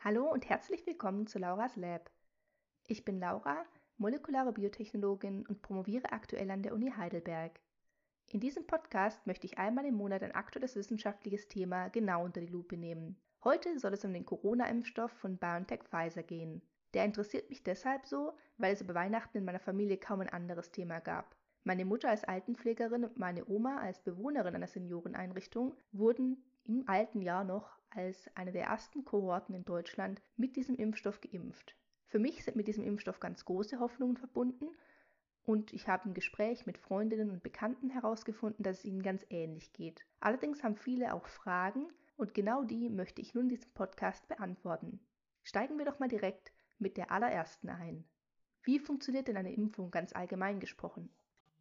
Hallo und herzlich willkommen zu Lauras Lab. Ich bin Laura, molekulare Biotechnologin und promoviere aktuell an der Uni Heidelberg. In diesem Podcast möchte ich einmal im Monat ein aktuelles wissenschaftliches Thema genau unter die Lupe nehmen. Heute soll es um den Corona-Impfstoff von BioNTech Pfizer gehen. Der interessiert mich deshalb so, weil es über Weihnachten in meiner Familie kaum ein anderes Thema gab. Meine Mutter als Altenpflegerin und meine Oma als Bewohnerin einer Senioreneinrichtung wurden im alten Jahr noch als eine der ersten Kohorten in Deutschland mit diesem Impfstoff geimpft. Für mich sind mit diesem Impfstoff ganz große Hoffnungen verbunden und ich habe im Gespräch mit Freundinnen und Bekannten herausgefunden, dass es ihnen ganz ähnlich geht. Allerdings haben viele auch Fragen und genau die möchte ich nun in diesem Podcast beantworten. Steigen wir doch mal direkt mit der allerersten ein. Wie funktioniert denn eine Impfung ganz allgemein gesprochen?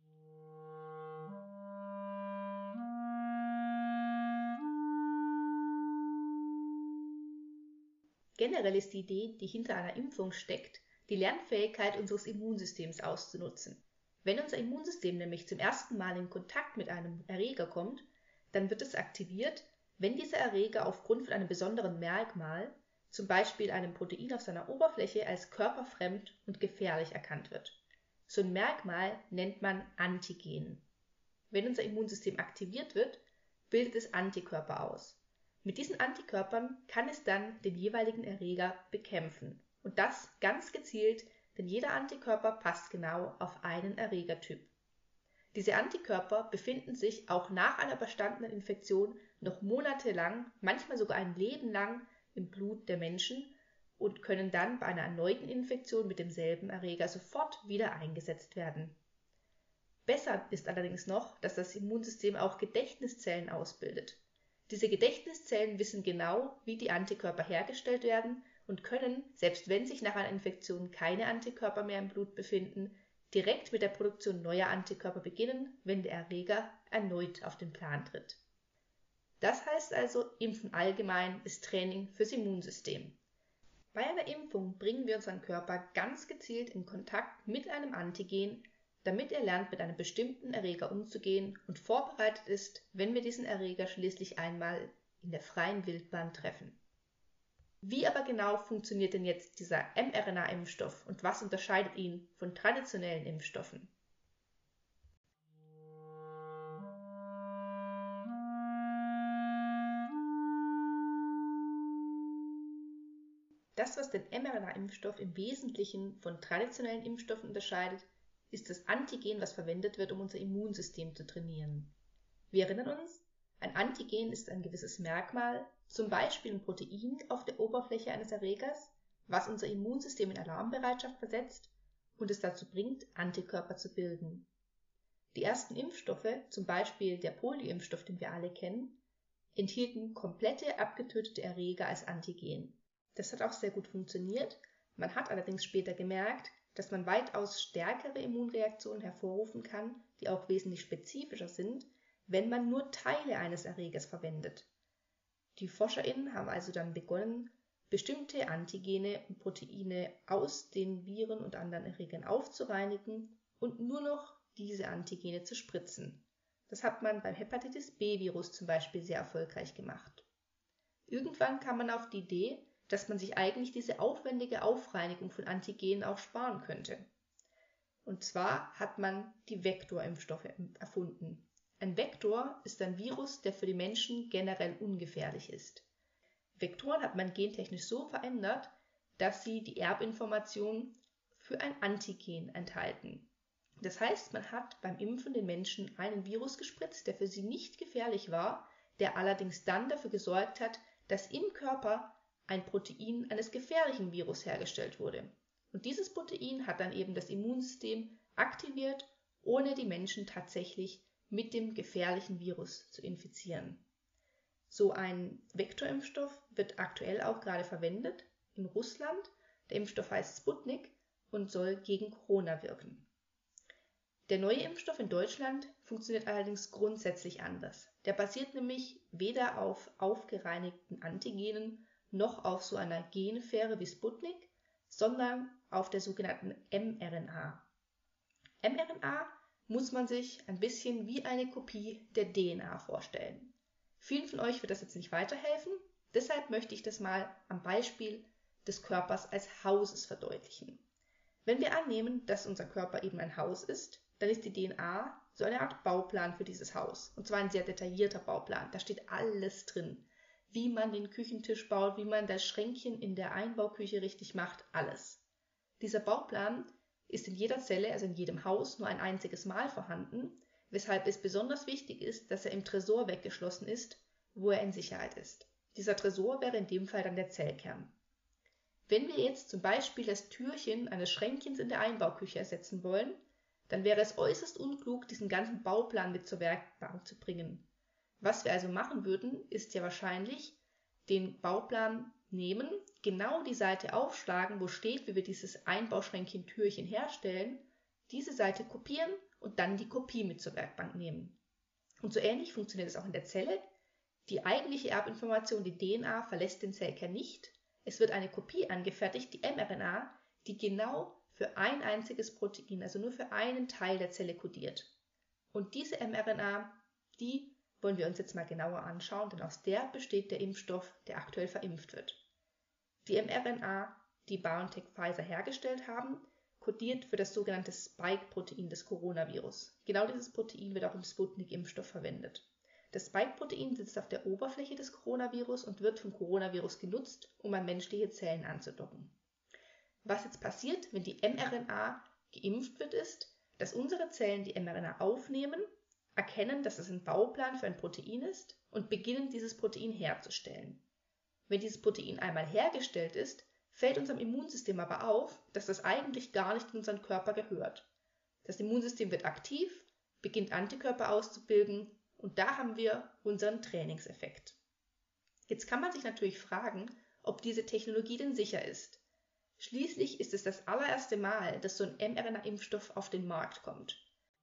Generell ist die Idee, die hinter einer Impfung steckt, die Lernfähigkeit unseres Immunsystems auszunutzen. Wenn unser Immunsystem nämlich zum ersten Mal in Kontakt mit einem Erreger kommt, dann wird es aktiviert, wenn dieser Erreger aufgrund von einem besonderen Merkmal, zum Beispiel einem Protein auf seiner Oberfläche, als körperfremd und gefährlich erkannt wird. So ein Merkmal nennt man Antigen. Wenn unser Immunsystem aktiviert wird, bildet es Antikörper aus. Mit diesen Antikörpern kann es dann den jeweiligen Erreger bekämpfen. Und das ganz gezielt, denn jeder Antikörper passt genau auf einen Erregertyp. Diese Antikörper befinden sich auch nach einer überstandenen Infektion noch monatelang, manchmal sogar ein Leben lang im Blut der Menschen und können dann bei einer erneuten Infektion mit demselben Erreger sofort wieder eingesetzt werden. Besser ist allerdings noch, dass das Immunsystem auch Gedächtniszellen ausbildet. Diese Gedächtniszellen wissen genau, wie die Antikörper hergestellt werden und können, selbst wenn sich nach einer Infektion keine Antikörper mehr im Blut befinden, direkt mit der Produktion neuer Antikörper beginnen, wenn der Erreger erneut auf den Plan tritt. Das heißt also, Impfen allgemein ist Training fürs Immunsystem. Bei einer Impfung bringen wir unseren Körper ganz gezielt in Kontakt mit einem Antigen, damit er lernt, mit einem bestimmten Erreger umzugehen und vorbereitet ist, wenn wir diesen Erreger schließlich einmal in der freien Wildbahn treffen. Wie aber genau funktioniert denn jetzt dieser mRNA-Impfstoff und was unterscheidet ihn von traditionellen Impfstoffen? Das, was den mRNA-Impfstoff im Wesentlichen von traditionellen Impfstoffen unterscheidet, ist das Antigen, was verwendet wird, um unser Immunsystem zu trainieren. Wir erinnern uns, ein Antigen ist ein gewisses Merkmal, zum Beispiel ein Protein auf der Oberfläche eines Erregers, was unser Immunsystem in Alarmbereitschaft versetzt und es dazu bringt, Antikörper zu bilden. Die ersten Impfstoffe, zum Beispiel der Polioimpfstoff, den wir alle kennen, enthielten komplette abgetötete Erreger als Antigen. Das hat auch sehr gut funktioniert, man hat allerdings später gemerkt, dass man weitaus stärkere Immunreaktionen hervorrufen kann, die auch wesentlich spezifischer sind, wenn man nur Teile eines Erregers verwendet. Die ForscherInnen haben also dann begonnen, bestimmte Antigene und Proteine aus den Viren und anderen Erregern aufzureinigen und nur noch diese Antigene zu spritzen. Das hat man beim Hepatitis-B-Virus zum Beispiel sehr erfolgreich gemacht. Irgendwann kam man auf die Idee, dass man sich eigentlich diese aufwendige Aufreinigung von Antigenen auch sparen könnte. Und zwar hat man die Vektorimpfstoffe erfunden. Ein Vektor ist ein Virus, der für die Menschen generell ungefährlich ist. Vektoren hat man gentechnisch so verändert, dass sie die Erbinformation für ein Antigen enthalten. Das heißt, man hat beim Impfen den Menschen einen Virus gespritzt, der für sie nicht gefährlich war, der allerdings dann dafür gesorgt hat, dass im Körper ein Protein eines gefährlichen Virus hergestellt wurde. Und dieses Protein hat dann eben das Immunsystem aktiviert, ohne die Menschen tatsächlich mit dem gefährlichen Virus zu infizieren. So ein Vektorimpfstoff wird aktuell auch gerade verwendet in Russland. Der Impfstoff heißt Sputnik und soll gegen Corona wirken. Der neue Impfstoff in Deutschland funktioniert allerdings grundsätzlich anders. Der basiert nämlich weder auf aufgereinigten Antigenen noch auf so einer Genfähre wie Sputnik, sondern auf der sogenannten mRNA. mRNA muss man sich ein bisschen wie eine Kopie der DNA vorstellen. Vielen von euch wird das jetzt nicht weiterhelfen, deshalb möchte ich das mal am Beispiel des Körpers als Hauses verdeutlichen. Wenn wir annehmen, dass unser Körper eben ein Haus ist, dann ist die DNA so eine Art Bauplan für dieses Haus. Und zwar ein sehr detaillierter Bauplan. Da steht alles drin. Wie man den Küchentisch baut, wie man das Schränkchen in der Einbauküche richtig macht, alles. Dieser Bauplan ist in jeder Zelle, also in jedem Haus, nur ein einziges Mal vorhanden, weshalb es besonders wichtig ist, dass er im Tresor weggeschlossen ist, wo er in Sicherheit ist. Dieser Tresor wäre in dem Fall dann der Zellkern. Wenn wir jetzt zum Beispiel das Türchen eines Schränkchens in der Einbauküche ersetzen wollen, dann wäre es äußerst unklug, diesen ganzen Bauplan mit zur Werkbank zu bringen. Was wir also machen würden, ist ja wahrscheinlich den Bauplan nehmen, genau die Seite aufschlagen, wo steht, wie wir dieses Einbauschränkchen-Türchen herstellen, diese Seite kopieren und dann die Kopie mit zur Werkbank nehmen. Und so ähnlich funktioniert es auch in der Zelle. Die eigentliche Erbinformation, die DNA, verlässt den Zellkern nicht. Es wird eine Kopie angefertigt, die mRNA, die genau für ein einziges Protein, also nur für einen Teil der Zelle kodiert. Und diese mRNA, die wollen wir uns jetzt mal genauer anschauen, denn aus der besteht der Impfstoff, der aktuell verimpft wird. Die mRNA, die BioNTech Pfizer hergestellt haben, kodiert für das sogenannte Spike-Protein des Coronavirus. Genau dieses Protein wird auch im Sputnik-Impfstoff verwendet. Das Spike-Protein sitzt auf der Oberfläche des Coronavirus und wird vom Coronavirus genutzt, um an menschliche Zellen anzudocken. Was jetzt passiert, wenn die mRNA geimpft wird, ist, dass unsere Zellen die mRNA aufnehmen, erkennen, dass es ein Bauplan für ein Protein ist und beginnen, dieses Protein herzustellen. Wenn dieses Protein einmal hergestellt ist, fällt unserem Immunsystem aber auf, dass das eigentlich gar nicht in unseren Körper gehört. Das Immunsystem wird aktiv, beginnt Antikörper auszubilden und da haben wir unseren Trainingseffekt. Jetzt kann man sich natürlich fragen, ob diese Technologie denn sicher ist. Schließlich ist es das allererste Mal, dass so ein mRNA-Impfstoff auf den Markt kommt.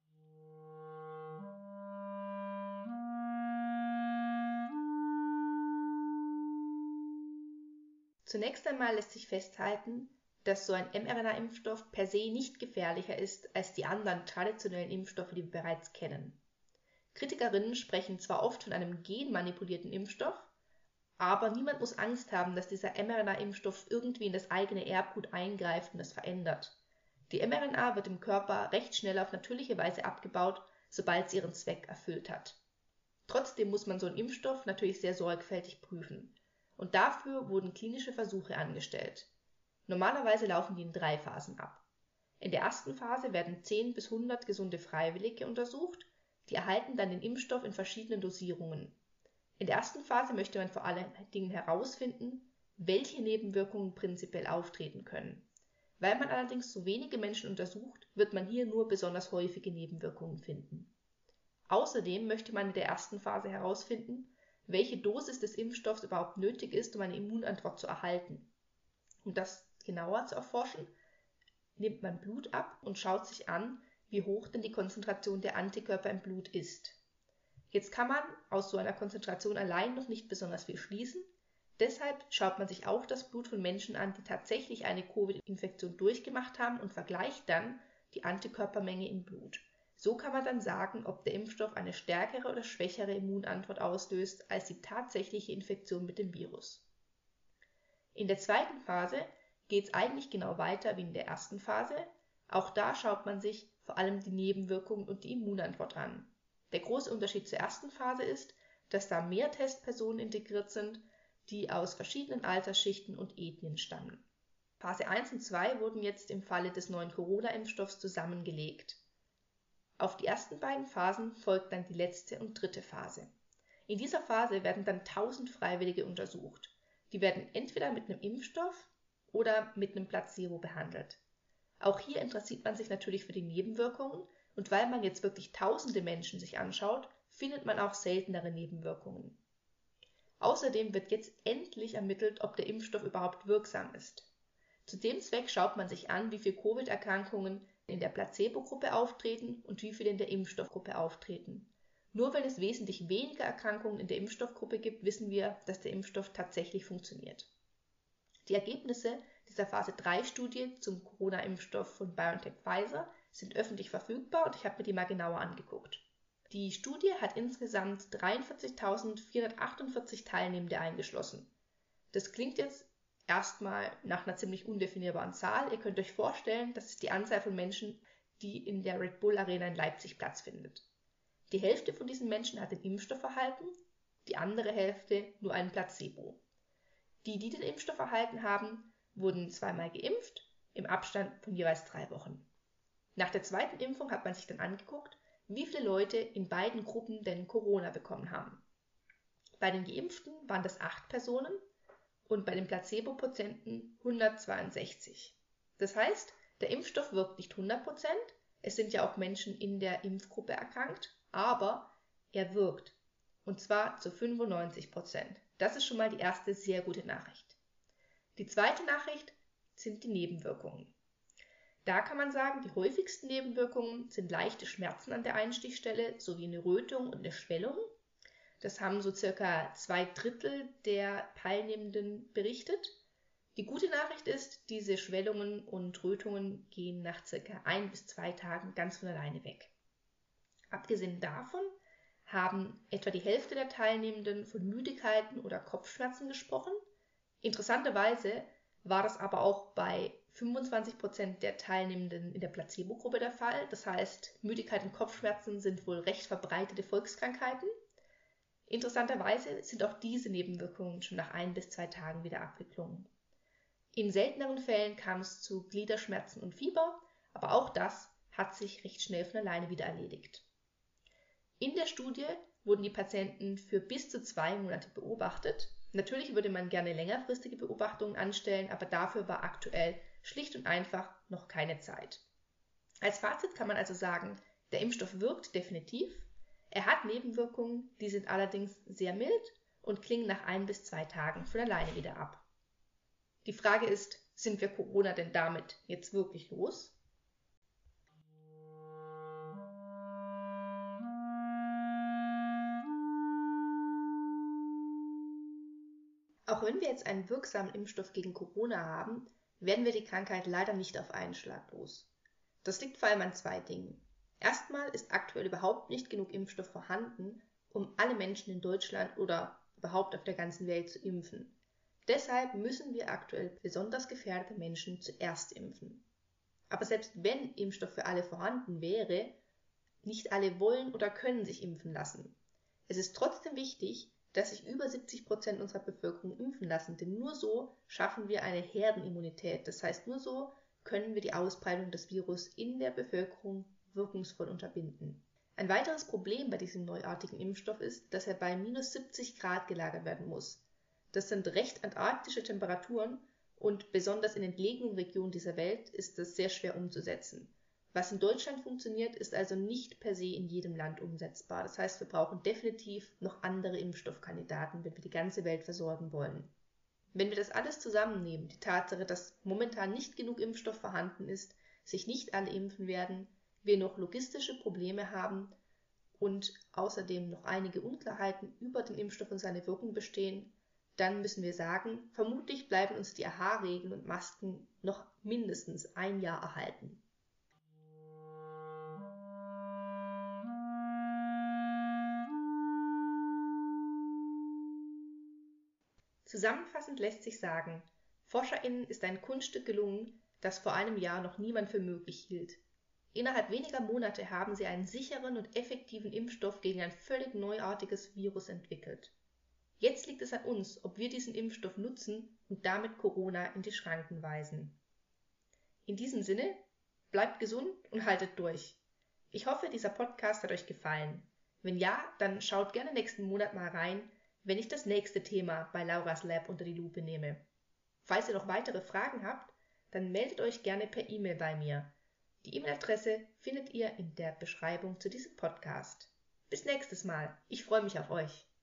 Zunächst einmal lässt sich festhalten, dass so ein mRNA-Impfstoff per se nicht gefährlicher ist als die anderen traditionellen Impfstoffe, die wir bereits kennen. Kritikerinnen sprechen zwar oft von einem genmanipulierten Impfstoff, aber niemand muss Angst haben, dass dieser mRNA-Impfstoff irgendwie in das eigene Erbgut eingreift und es verändert. Die mRNA wird im Körper recht schnell auf natürliche Weise abgebaut, sobald sie ihren Zweck erfüllt hat. Trotzdem muss man so einen Impfstoff natürlich sehr sorgfältig prüfen. Und dafür wurden klinische Versuche angestellt. Normalerweise laufen die in 3 Phasen ab. In der ersten Phase werden 10 bis 100 gesunde Freiwillige untersucht, die erhalten dann den Impfstoff in verschiedenen Dosierungen. In der ersten Phase möchte man vor allen Dingen herausfinden, welche Nebenwirkungen prinzipiell auftreten können. Weil man allerdings so wenige Menschen untersucht, wird man hier nur besonders häufige Nebenwirkungen finden. Außerdem möchte man in der ersten Phase herausfinden, welche Dosis des Impfstoffs überhaupt nötig ist, um eine Immunantwort zu erhalten. Um das genauer zu erforschen, nimmt man Blut ab und schaut sich an, wie hoch denn die Konzentration der Antikörper im Blut ist. Jetzt kann man aus so einer Konzentration allein noch nicht besonders viel schließen. Deshalb schaut man sich auch das Blut von Menschen an, die tatsächlich eine Covid-Infektion durchgemacht haben und vergleicht dann die Antikörpermenge im Blut. So kann man dann sagen, ob der Impfstoff eine stärkere oder schwächere Immunantwort auslöst als die tatsächliche Infektion mit dem Virus. In der zweiten Phase geht es eigentlich genau weiter wie in der ersten Phase. Auch da schaut man sich vor allem die Nebenwirkungen und die Immunantwort an. Der große Unterschied zur ersten Phase ist, dass da mehr Testpersonen integriert sind, die aus verschiedenen Altersschichten und Ethnien stammen. Phase 1 und 2 wurden jetzt im Falle des neuen Corona-Impfstoffs zusammengelegt. Auf die ersten beiden Phasen folgt dann die letzte und dritte Phase. In dieser Phase werden dann 1000 Freiwillige untersucht. Die werden entweder mit einem Impfstoff oder mit einem Placebo behandelt. Auch hier interessiert man sich natürlich für die Nebenwirkungen und weil man jetzt wirklich tausende Menschen sich anschaut, findet man auch seltenere Nebenwirkungen. Außerdem wird jetzt endlich ermittelt, ob der Impfstoff überhaupt wirksam ist. Zu dem Zweck schaut man sich an, wie viele Covid-Erkrankungen in der Placebo-Gruppe auftreten und wie viele in der Impfstoffgruppe auftreten. Nur weil es wesentlich weniger Erkrankungen in der Impfstoffgruppe gibt, wissen wir, dass der Impfstoff tatsächlich funktioniert. Die Ergebnisse dieser Phase-3-Studie zum Corona-Impfstoff von BioNTech Pfizer sind öffentlich verfügbar und ich habe mir die mal genauer angeguckt. Die Studie hat insgesamt 43.448 Teilnehmende eingeschlossen. Das klingt jetzt erstmal nach einer ziemlich undefinierbaren Zahl. Ihr könnt euch vorstellen, das ist die Anzahl von Menschen, die in der Red Bull Arena in Leipzig Platz findet. Die Hälfte von diesen Menschen hat den Impfstoff erhalten, die andere Hälfte nur einen Placebo. Die den Impfstoff erhalten haben, wurden zweimal geimpft, im Abstand von jeweils 3 Wochen. Nach der zweiten Impfung hat man sich dann angeguckt, wie viele Leute in beiden Gruppen denn Corona bekommen haben. Bei den Geimpften waren das 8 Personen und bei den Placebo-Patienten 162. Das heißt, der Impfstoff wirkt nicht 100%, es sind ja auch Menschen in der Impfgruppe erkrankt, aber er wirkt. Und zwar zu 95%. Das ist schon mal die erste sehr gute Nachricht. Die zweite Nachricht sind die Nebenwirkungen. Da kann man sagen, die häufigsten Nebenwirkungen sind leichte Schmerzen an der Einstichstelle sowie eine Rötung und eine Schwellung. Das haben so circa 2/3 der Teilnehmenden berichtet. Die gute Nachricht ist, diese Schwellungen und Rötungen gehen nach circa 1 bis 2 Tagen ganz von alleine weg. Abgesehen davon haben etwa die Hälfte der Teilnehmenden von Müdigkeiten oder Kopfschmerzen gesprochen. Interessanterweise war das aber auch bei 25% der Teilnehmenden in der Placebo-Gruppe der Fall. Das heißt, Müdigkeit und Kopfschmerzen sind wohl recht verbreitete Volkskrankheiten. Interessanterweise sind auch diese Nebenwirkungen schon nach 1 bis 2 Tagen wieder abgeklungen. In selteneren Fällen kam es zu Gliederschmerzen und Fieber, aber auch das hat sich recht schnell von alleine wieder erledigt. In der Studie wurden die Patienten für bis zu 2 Monate beobachtet. Natürlich würde man gerne längerfristige Beobachtungen anstellen, aber dafür war aktuell schlicht und einfach noch keine Zeit. Als Fazit kann man also sagen, der Impfstoff wirkt definitiv. Er hat Nebenwirkungen, die sind allerdings sehr mild und klingen nach 1 bis 2 Tagen von alleine wieder ab. Die Frage ist, sind wir Corona denn damit jetzt wirklich los? Auch wenn wir jetzt einen wirksamen Impfstoff gegen Corona haben, werden wir die Krankheit leider nicht auf einen Schlag los. Das liegt vor allem an 2 Dingen. Erstmal ist aktuell überhaupt nicht genug Impfstoff vorhanden, um alle Menschen in Deutschland oder überhaupt auf der ganzen Welt zu impfen. Deshalb müssen wir aktuell besonders gefährdete Menschen zuerst impfen. Aber selbst wenn Impfstoff für alle vorhanden wäre, nicht alle wollen oder können sich impfen lassen. Es ist trotzdem wichtig, dass sich über 70% unserer Bevölkerung impfen lassen, denn nur so schaffen wir eine Herdenimmunität. Das heißt, nur so können wir die Ausbreitung des Virus in der Bevölkerung wirkungsvoll unterbinden. Ein weiteres Problem bei diesem neuartigen Impfstoff ist, dass er bei -70 Grad gelagert werden muss. Das sind recht antarktische Temperaturen und besonders in entlegenen Regionen dieser Welt ist das sehr schwer umzusetzen. Was in Deutschland funktioniert, ist also nicht per se in jedem Land umsetzbar. Das heißt, wir brauchen definitiv noch andere Impfstoffkandidaten, wenn wir die ganze Welt versorgen wollen. Wenn wir das alles zusammennehmen, die Tatsache, dass momentan nicht genug Impfstoff vorhanden ist, sich nicht alle impfen werden, wir noch logistische Probleme haben und außerdem noch einige Unklarheiten über den Impfstoff und seine Wirkung bestehen, dann müssen wir sagen, vermutlich bleiben uns die AHA-Regeln und Masken noch mindestens 1 Jahr erhalten. Zusammenfassend lässt sich sagen, ForscherInnen ist ein Kunststück gelungen, das vor einem Jahr noch niemand für möglich hielt. Innerhalb weniger Monate haben sie einen sicheren und effektiven Impfstoff gegen ein völlig neuartiges Virus entwickelt. Jetzt liegt es an uns, ob wir diesen Impfstoff nutzen und damit Corona in die Schranken weisen. In diesem Sinne, bleibt gesund und haltet durch. Ich hoffe, dieser Podcast hat euch gefallen. Wenn ja, dann schaut gerne nächsten Monat mal rein, wenn ich das nächste Thema bei Lauras Lab unter die Lupe nehme. Falls ihr noch weitere Fragen habt, dann meldet euch gerne per E-Mail bei mir. Die E-Mail-Adresse findet ihr in der Beschreibung zu diesem Podcast. Bis nächstes Mal. Ich freue mich auf euch.